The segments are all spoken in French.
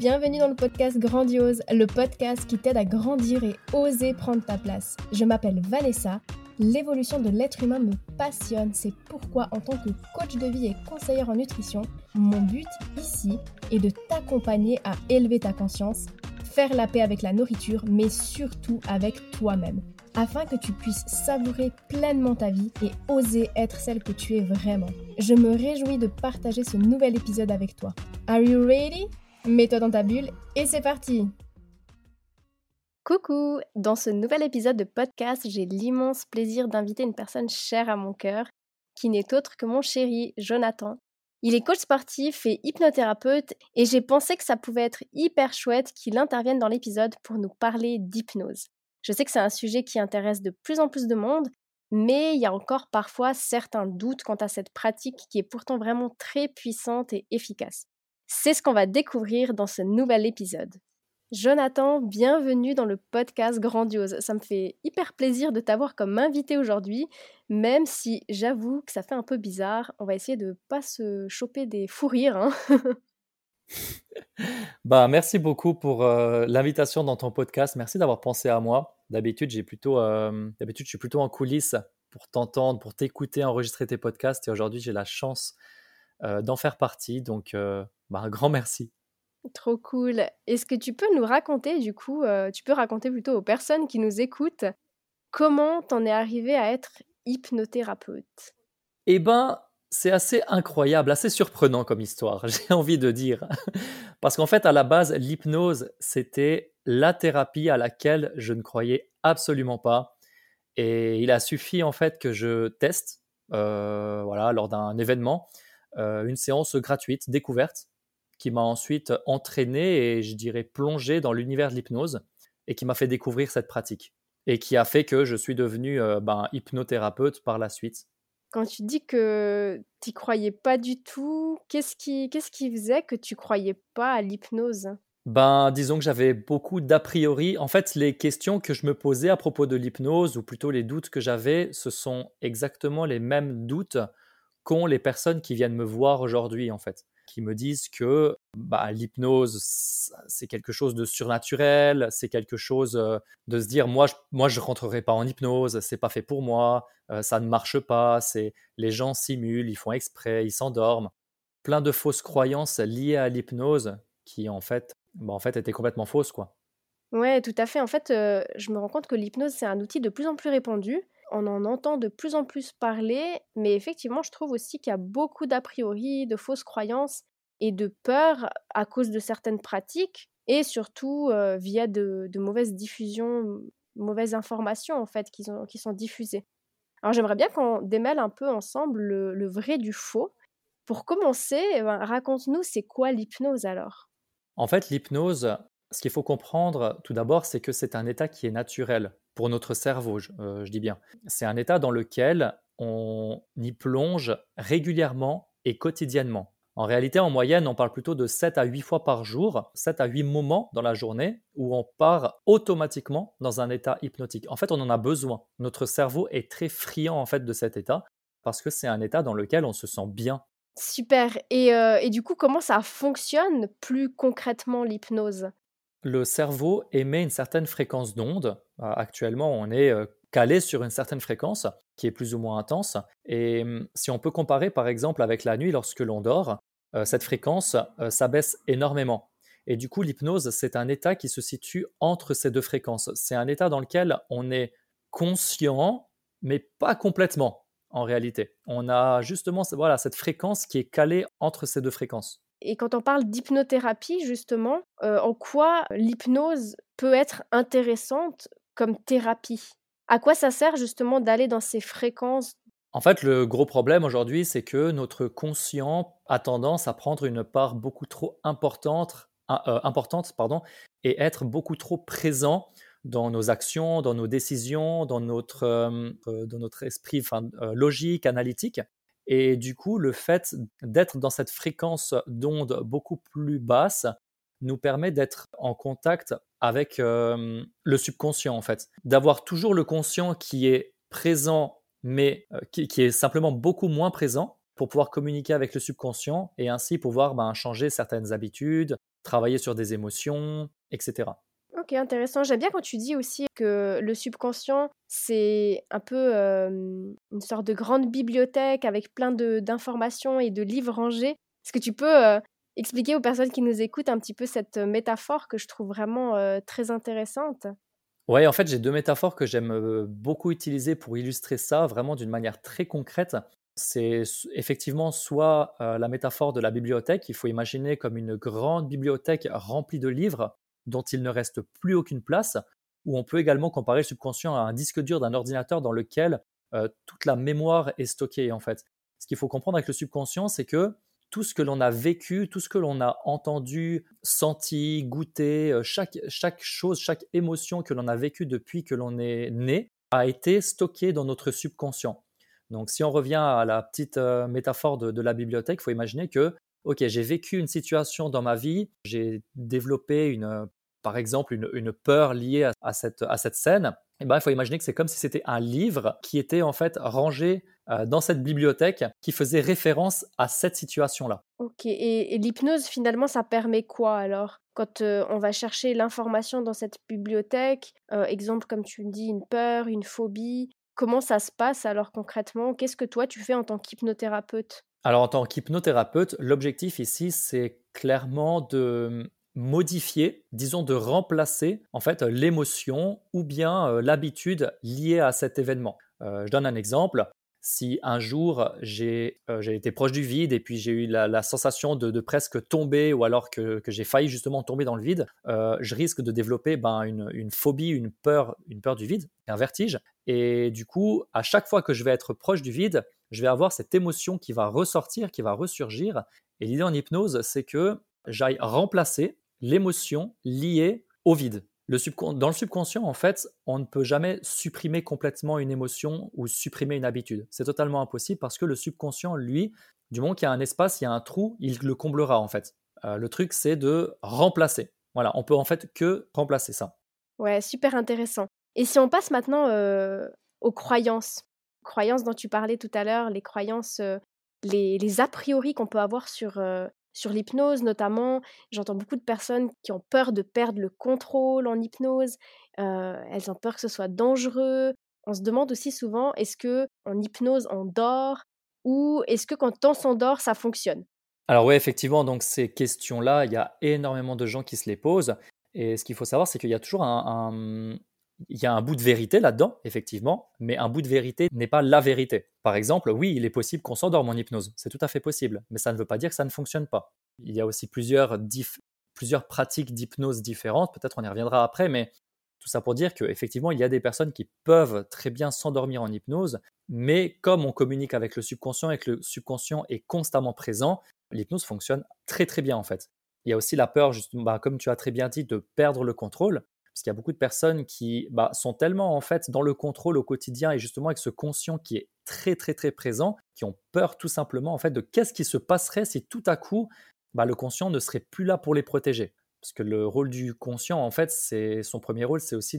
bienvenue dans le podcast Grandiose, le podcast qui t'aide à grandir et oser prendre ta place. Je m'appelle Vanessa, l'évolution de l'être humain me passionne, c'est pourquoi en tant que coach de vie et conseillère en nutrition, mon but ici est de t'accompagner à élever ta conscience, faire la paix avec la nourriture, mais surtout avec toi-même, afin que tu puisses savourer pleinement ta vie et oser être celle que tu es vraiment. Je me réjouis de partager ce nouvel épisode avec toi. Are you ready? Mets-toi dans ta bulle et c'est parti! Coucou! Dans ce nouvel épisode de podcast, j'ai l'immense plaisir d'inviter une personne chère à mon cœur, qui n'est autre que mon chéri, Jonathan. Il est coach sportif et hypnothérapeute et j'ai pensé que ça pouvait être hyper chouette qu'il intervienne dans l'épisode pour nous parler d'hypnose. Je sais que c'est un sujet qui intéresse de plus en plus de monde, mais il y a encore parfois certains doutes quant à cette pratique qui est pourtant vraiment très puissante et efficace. C'est ce qu'on va découvrir dans ce nouvel épisode. Jonathan, bienvenue dans le podcast Grandiose. Ça me fait hyper plaisir de t'avoir comme invité aujourd'hui, même si j'avoue que ça fait un peu bizarre. On va essayer de ne pas se choper des fous rires, hein. Merci beaucoup pour l'invitation dans ton podcast. Merci d'avoir pensé à moi. D'habitude, je suis plutôt en coulisses pour t'entendre, pour t'écouter, enregistrer tes podcasts. Et aujourd'hui, j'ai la chance d'en faire partie. Donc, un grand merci. Trop cool. Est-ce que tu peux nous raconter, tu peux raconter plutôt aux personnes qui nous écoutent, comment t'en es arrivé à être hypnothérapeute? Eh ben, c'est assez incroyable, assez surprenant comme histoire, j'ai envie de dire. Parce qu'en fait, à la base, l'hypnose, c'était la thérapie à laquelle je ne croyais absolument pas. Et il a suffi en fait que je teste, lors d'un événement, une séance gratuite, découverte, qui m'a ensuite entraîné et je dirais plongé dans l'univers de l'hypnose et qui m'a fait découvrir cette pratique et qui a fait que je suis devenu hypnothérapeute par la suite. Quand tu dis que tu croyais pas du tout, qu'est-ce qui faisait que tu croyais pas à l'hypnose? Disons que j'avais beaucoup d'a priori. En fait, les questions que je me posais à propos de l'hypnose, ou plutôt les doutes que j'avais, ce sont exactement les mêmes doutes qu'ont les personnes qui viennent me voir aujourd'hui, en fait, qui me disent que l'hypnose, c'est quelque chose de surnaturel, c'est quelque chose de se dire, moi, je rentrerai pas en hypnose, c'est pas fait pour moi, ça ne marche pas, les gens simulent, ils font exprès, ils s'endorment. Plein de fausses croyances liées à l'hypnose qui, en fait, étaient complètement fausses, quoi. Ouais, tout à fait. En fait, je me rends compte que l'hypnose, c'est un outil de plus en plus répandu. On en entend de plus en plus parler, mais effectivement, je trouve aussi qu'il y a beaucoup d'a priori, de fausses croyances et de peurs à cause de certaines pratiques et surtout, via de mauvaises diffusions, mauvaises informations, en fait, qui sont diffusées. Alors j'aimerais bien qu'on démêle un peu ensemble le vrai du faux. Pour commencer, raconte-nous, c'est quoi l'hypnose alors? En fait, l'hypnose, ce qu'il faut comprendre tout d'abord, c'est que c'est un état qui est naturel pour notre cerveau, je dis bien. C'est un état dans lequel on y plonge régulièrement et quotidiennement. En réalité, en moyenne, on parle plutôt de 7 à 8 fois par jour, 7 à 8 moments dans la journée où on part automatiquement dans un état hypnotique. En fait, on en a besoin. Notre cerveau est très friand en fait de cet état parce que c'est un état dans lequel on se sent bien. Super et du coup, comment ça fonctionne plus concrètement l'hypnose? Le cerveau émet une certaine fréquence d'onde. Actuellement, on est calé sur une certaine fréquence qui est plus ou moins intense. Et si on peut comparer par exemple avec la nuit lorsque l'on dort, cette fréquence s'abaisse énormément. Et du coup, l'hypnose, c'est un état qui se situe entre ces deux fréquences. C'est un état dans lequel on est conscient, mais pas complètement en réalité. On a justement cette fréquence qui est calée entre ces deux fréquences. Et quand on parle d'hypnothérapie justement, en quoi l'hypnose peut être intéressante comme thérapie? À quoi ça sert justement d'aller dans ces fréquences? En fait, le gros problème aujourd'hui, c'est que notre conscient a tendance à prendre une part beaucoup trop importante, pardon, et être beaucoup trop présent dans nos actions, dans nos décisions, dans notre esprit logique, analytique. Et du coup, le fait d'être dans cette fréquence d'onde beaucoup plus basse nous permet d'être en contact avec le subconscient, en fait. D'avoir toujours le conscient qui est présent mais qui est simplement beaucoup moins présent pour pouvoir communiquer avec le subconscient et ainsi pouvoir changer certaines habitudes, travailler sur des émotions, etc. Ok, intéressant. J'aime bien quand tu dis aussi que le subconscient, c'est un peu une sorte de grande bibliothèque avec plein d'informations et de livres rangés. Est-ce que tu peux expliquer aux personnes qui nous écoutent un petit peu cette métaphore que je trouve vraiment très intéressante? Ouais, en fait, j'ai 2 métaphores que j'aime, beaucoup utiliser pour illustrer ça vraiment d'une manière très concrète. C'est effectivement soit, la métaphore de la bibliothèque. Il faut imaginer comme une grande bibliothèque remplie de livres dont il ne reste plus aucune place, ou on peut également comparer le subconscient à un disque dur d'un ordinateur dans lequel, toute la mémoire est stockée, en fait. Ce qu'il faut comprendre avec le subconscient, c'est que tout ce que l'on a vécu, tout ce que l'on a entendu, senti, goûté, chaque chose, chaque émotion que l'on a vécue depuis que l'on est né a été stocké dans notre subconscient. Donc si on revient à la petite métaphore de la bibliothèque, il faut imaginer que, ok, j'ai vécu une situation dans ma vie, j'ai développé par exemple une peur liée à cette scène. Et ben, il faut imaginer que c'est comme si c'était un livre qui était en fait rangé dans cette bibliothèque qui faisait référence à cette situation-là. Ok, et l'hypnose, finalement, ça permet quoi alors? Quand on va chercher l'information dans cette bibliothèque, exemple, comme tu me dis, une peur, une phobie, comment ça se passe alors concrètement? Qu'est-ce que toi tu fais en tant qu'hypnothérapeute? Alors en tant qu'hypnothérapeute, l'objectif ici, c'est clairement de modifier, disons de remplacer en fait l'émotion ou bien l'habitude liée à cet événement. Je donne un exemple. Si un jour j'ai été proche du vide et puis j'ai eu la sensation de presque tomber ou alors que j'ai failli justement tomber dans le vide, je risque de développer une phobie, une peur du vide, un vertige. Et du coup, à chaque fois que je vais être proche du vide, je vais avoir cette émotion qui va ressortir, qui va ressurgir. Et l'idée en hypnose, c'est que j'aille remplacer l'émotion liée au vide. Dans le subconscient, en fait, on ne peut jamais supprimer complètement une émotion ou supprimer une habitude. C'est totalement impossible parce que le subconscient, lui, du moment qu'il y a un espace, il y a un trou, il le comblera en fait. Le truc, c'est de remplacer. Voilà, on peut en fait que remplacer ça. Ouais, super intéressant. Et si on passe maintenant, aux croyances? Croyances dont tu parlais tout à l'heure, les croyances, les a priori qu'on peut avoir sur l'hypnose notamment. J'entends beaucoup de personnes qui ont peur de perdre le contrôle en hypnose, elles ont peur que ce soit dangereux. On se demande aussi souvent, est-ce qu'en hypnose on dort? Ou est-ce que quand on s'endort, ça fonctionne? Alors ouais, effectivement, donc ces questions-là, il y a énormément de gens qui se les posent. Et ce qu'il faut savoir, c'est qu'il y a toujours il y a un bout de vérité là-dedans, effectivement, mais un bout de vérité n'est pas la vérité. Par exemple, oui, il est possible qu'on s'endorme en hypnose, c'est tout à fait possible, mais ça ne veut pas dire que ça ne fonctionne pas. Il y a aussi plusieurs pratiques d'hypnose différentes, peut-être on y reviendra après, mais tout ça pour dire qu'effectivement, il y a des personnes qui peuvent très bien s'endormir en hypnose, mais comme on communique avec le subconscient et que le subconscient est constamment présent, l'hypnose fonctionne très très bien en fait. Il y a aussi la peur, justement, comme tu as très bien dit, de perdre le contrôle, parce qu'il y a beaucoup de personnes qui sont tellement en fait dans le contrôle au quotidien et justement avec ce conscient qui est très très très présent, qui ont peur tout simplement en fait de qu'est-ce qui se passerait si tout à coup le conscient ne serait plus là pour les protéger. Parce que le rôle du conscient, en fait, c'est son premier rôle, c'est aussi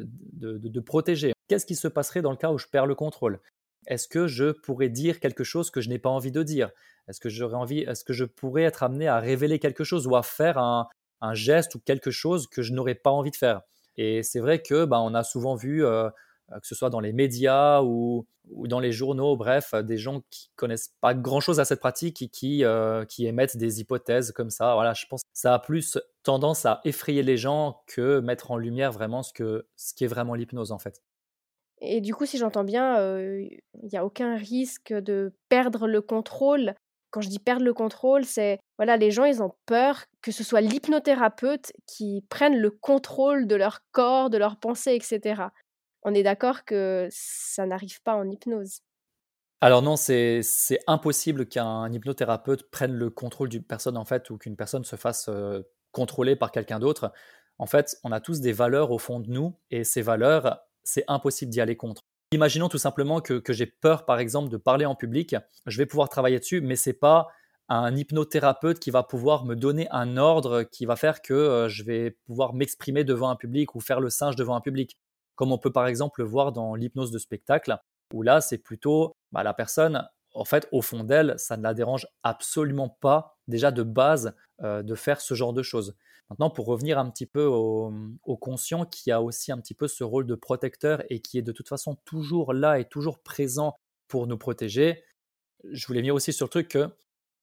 de protéger. Qu'est-ce qui se passerait dans le cas où je perds le contrôle? Est-ce que je pourrais dire quelque chose que je n'ai pas envie de dire? Est-ce que je pourrais être amené à révéler quelque chose ou à faire un geste ou quelque chose que je n'aurais pas envie de faire? Et c'est vrai que on a souvent vu, que ce soit dans les médias ou dans les journaux, bref, des gens qui connaissent pas grand-chose à cette pratique et qui émettent des hypothèses comme ça. Voilà, je pense que ça a plus tendance à effrayer les gens que mettre en lumière vraiment ce qui est vraiment l'hypnose en fait. Et du coup, si j'entends bien, il y a aucun risque de perdre le contrôle. Quand je dis perdre le contrôle, c'est voilà, les gens, ils ont peur que ce soit l'hypnothérapeute qui prenne le contrôle de leur corps, de leurs pensées et cetera. On est d'accord que ça n'arrive pas en hypnose? Alors non, c'est impossible qu'un hypnothérapeute prenne le contrôle d'une personne en fait ou qu'une personne se fasse, contrôler par quelqu'un d'autre. En fait, on a tous des valeurs au fond de nous et ces valeurs, c'est impossible d'y aller contre. Imaginons tout simplement que j'ai peur, par exemple, de parler en public. Je vais pouvoir travailler dessus, mais c'est pas un hypnothérapeute qui va pouvoir me donner un ordre qui va faire que, je vais pouvoir m'exprimer devant un public ou faire le singe devant un public. Comme on peut par exemple le voir dans l'hypnose de spectacle, où là, c'est plutôt la personne, en fait, au fond d'elle, ça ne la dérange absolument pas, déjà de base, de faire ce genre de choses. Maintenant, pour revenir un petit peu au conscient, qui a aussi un petit peu ce rôle de protecteur et qui est de toute façon toujours là et toujours présent pour nous protéger, je voulais venir aussi sur le truc que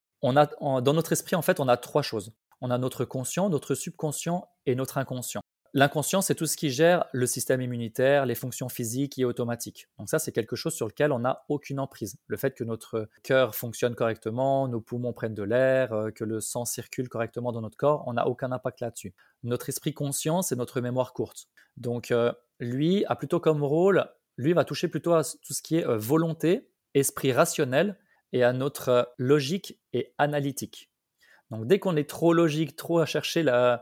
dans notre esprit, en fait, on a trois choses. On a notre conscient, notre subconscient et notre inconscient. L'inconscient, c'est tout ce qui gère le système immunitaire, les fonctions physiques et automatiques. Donc ça, c'est quelque chose sur lequel on n'a aucune emprise. Le fait que notre cœur fonctionne correctement, nos poumons prennent de l'air, que le sang circule correctement dans notre corps, on n'a aucun impact là-dessus. Notre esprit conscient, c'est notre mémoire courte. Donc lui a plutôt comme rôle, lui va toucher plutôt à tout ce qui est volonté, esprit rationnel et à notre logique et analytique. Donc dès qu'on est trop logique, trop à chercher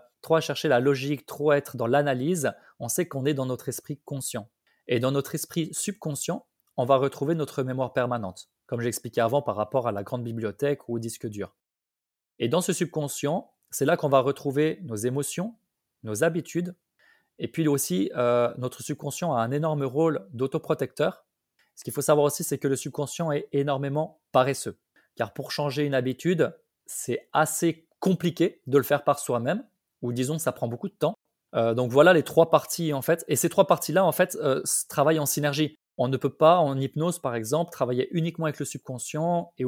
la logique, trop à être dans l'analyse, on sait qu'on est dans notre esprit conscient. Et dans notre esprit subconscient, on va retrouver notre mémoire permanente, comme j'expliquais avant par rapport à la grande bibliothèque ou au disque dur. Et dans ce subconscient, c'est là qu'on va retrouver nos émotions, nos habitudes, et puis aussi notre subconscient a un énorme rôle d'autoprotecteur. Ce qu'il faut savoir aussi, c'est que le subconscient est énormément paresseux, car pour changer une habitude, c'est assez compliqué de le faire par soi-même, ou disons que ça prend beaucoup de temps. Donc voilà les trois parties en fait, et ces trois parties-là en fait travaillent en synergie. On ne peut pas en hypnose par exemple travailler uniquement avec le subconscient et où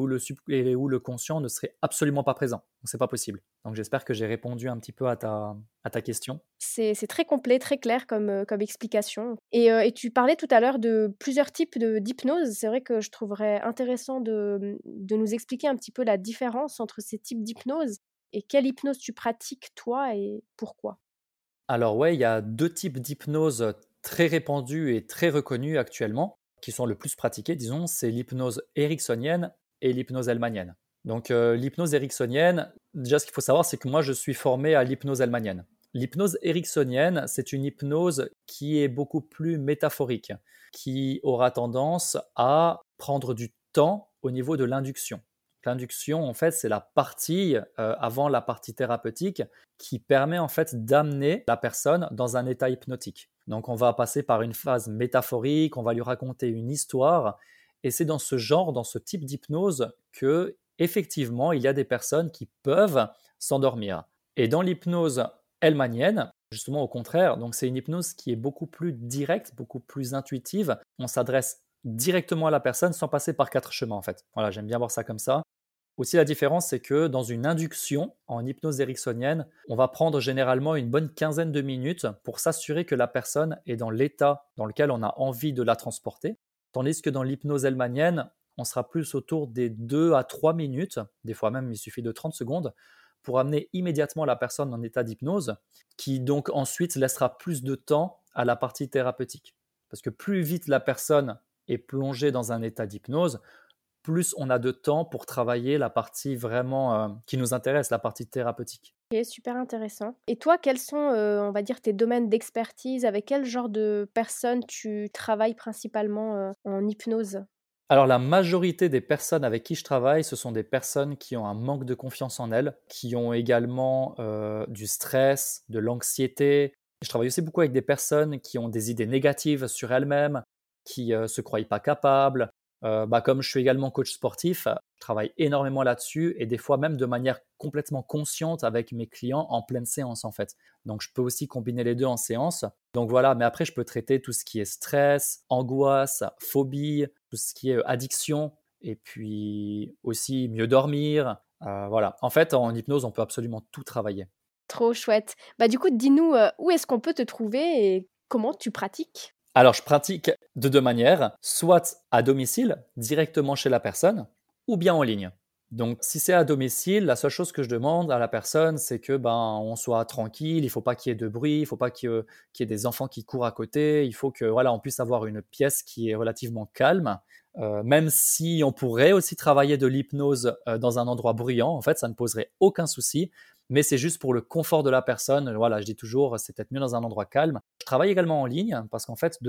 le conscient ne serait absolument pas présent. Donc c'est pas possible. Donc j'espère que j'ai répondu un petit peu à ta question. C'est très complet, très clair comme explication. Et tu parlais tout à l'heure de plusieurs types d'hypnose. C'est vrai que je trouverais intéressant de nous expliquer un petit peu la différence entre ces types d'hypnose et quelle hypnose tu pratiques toi et pourquoi. Alors ouais, il y a deux types d'hypnose très répandus et très reconnus actuellement, qui sont le plus pratiqués, disons, c'est l'hypnose ericksonienne et l'hypnose hellmanienne. Donc l'hypnose ericksonienne, déjà ce qu'il faut savoir, c'est que moi je suis formé à l'hypnose hellmanienne. L'hypnose ericksonienne, c'est une hypnose qui est beaucoup plus métaphorique, qui aura tendance à prendre du temps au niveau de l'induction. L'induction, en fait, c'est la partie avant la partie thérapeutique qui permet en fait d'amener la personne dans un état hypnotique. Donc on va passer par une phase métaphorique, on va lui raconter une histoire, et c'est dans ce genre, dans ce type d'hypnose que effectivement il y a des personnes qui peuvent s'endormir. Et dans l'hypnose hellmanienne, justement au contraire, donc c'est une hypnose qui est beaucoup plus directe, beaucoup plus intuitive. On s'adresse directement à la personne sans passer par quatre chemins en fait. Voilà, j'aime bien voir ça comme ça. Aussi, la différence, c'est que dans une induction en hypnose ericksonienne, on va prendre généralement une bonne quinzaine de minutes pour s'assurer que la personne est dans l'état dans lequel on a envie de la transporter. Tandis que dans l'hypnose hellmanienne, on sera plus autour des 2 à 3 minutes, des fois même il suffit de 30 secondes, pour amener immédiatement la personne en état d'hypnose, qui donc ensuite laissera plus de temps à la partie thérapeutique. Parce que plus vite la personne est plongée dans un état d'hypnose, plus on a de temps pour travailler la partie vraiment qui nous intéresse, la partie thérapeutique. Ok, super intéressant. Et toi, quels sont, on va dire, tes domaines d'expertise? Avec quel genre de personnes tu travailles principalement en hypnose? Alors la majorité des personnes avec qui je travaille, ce sont des personnes qui ont un manque de confiance en elles, qui ont également du stress, de l'anxiété. Je travaille aussi beaucoup avec des personnes qui ont des idées négatives sur elles-mêmes, qui ne se croient pas capables. Comme je suis également coach sportif, je travaille énormément là-dessus et des fois même de manière complètement consciente avec mes clients en pleine séance en fait. Donc je peux aussi combiner les deux en séance. Donc voilà, mais après je peux traiter tout ce qui est stress, angoisse, phobie, tout ce qui est addiction et puis aussi mieux dormir. Voilà, en fait en hypnose on peut absolument tout travailler. Trop chouette. Bah, du coup, dis-nous, où est-ce qu'on peut te trouver et comment tu pratiques? Alors, je pratique de deux manières, soit à domicile, directement chez la personne, ou bien en ligne. Donc, si c'est à domicile, la seule chose que je demande à la personne, c'est que on soit tranquille. Il ne faut pas qu'il y ait de bruit, il ne faut pas qu'il y ait des enfants qui courent à côté. Il faut que voilà, on puisse avoir une pièce qui est relativement calme. Même si on pourrait aussi travailler de l'hypnose dans un endroit bruyant, en fait, ça ne poserait aucun souci. Mais c'est juste pour le confort de la personne. Voilà, je dis toujours, c'est peut-être mieux dans un endroit calme. Je travaille également en ligne parce qu'en fait,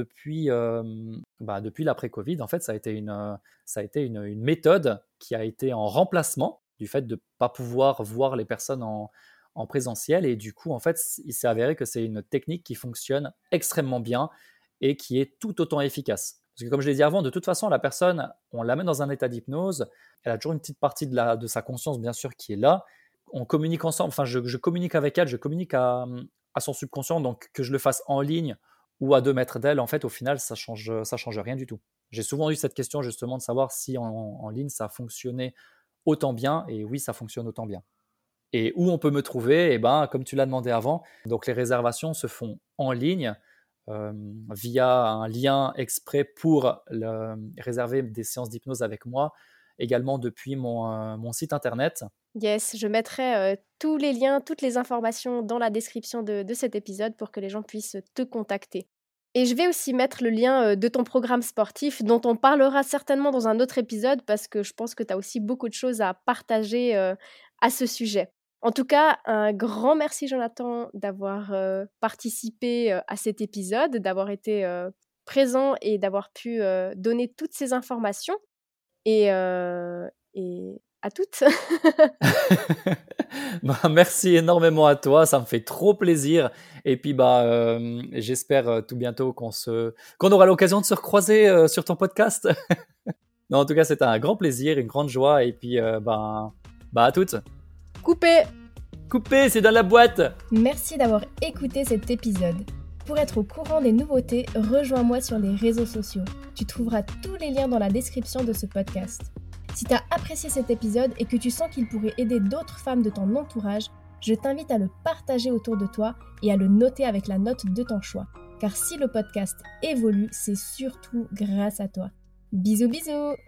depuis l'après-Covid, en fait, ça a été une méthode qui a été en remplacement du fait de ne pas pouvoir voir les personnes en présentiel. Et du coup, en fait, il s'est avéré que c'est une technique qui fonctionne extrêmement bien et qui est tout autant efficace. Parce que comme je l'ai dit avant, de toute façon, la personne, on la met dans un état d'hypnose, elle a toujours une petite partie de sa conscience, bien sûr, qui est là. On communique ensemble, enfin, je communique avec elle, je communique à son subconscient, donc que je le fasse en ligne ou à 2 mètres d'elle, en fait, au final, ça change rien du tout. J'ai souvent eu cette question, justement, de savoir si en ligne, ça fonctionnait autant bien, et oui, ça fonctionne autant bien. Et où on peut me trouver, eh ben, comme tu l'as demandé avant, donc les réservations se font en ligne via un lien exprès pour réserver des séances d'hypnose avec moi, également depuis mon site internet. Yes, je mettrai tous les liens, toutes les informations dans la description de cet épisode pour que les gens puissent te contacter. Et je vais aussi mettre le lien de ton programme sportif dont on parlera certainement dans un autre épisode parce que je pense que tu as aussi beaucoup de choses à partager à ce sujet. En tout cas, un grand merci Jonathan d'avoir participé à cet épisode, d'avoir été présent et d'avoir pu donner toutes ces informations. Et à toutes. Merci énormément à toi, ça me fait trop plaisir. Et puis j'espère tout bientôt qu'on aura l'occasion de se recroiser sur ton podcast. Non, en tout cas, c'était un grand plaisir, une grande joie. Et puis à toutes. Coupé. Coupé, c'est dans la boîte. Merci d'avoir écouté cet épisode. Pour être au courant des nouveautés, rejoins-moi sur les réseaux sociaux. Tu trouveras tous les liens dans la description de ce podcast. Si tu as apprécié cet épisode et que tu sens qu'il pourrait aider d'autres femmes de ton entourage, je t'invite à le partager autour de toi et à le noter avec la note de ton choix. Car si le podcast évolue, c'est surtout grâce à toi. Bisous bisous!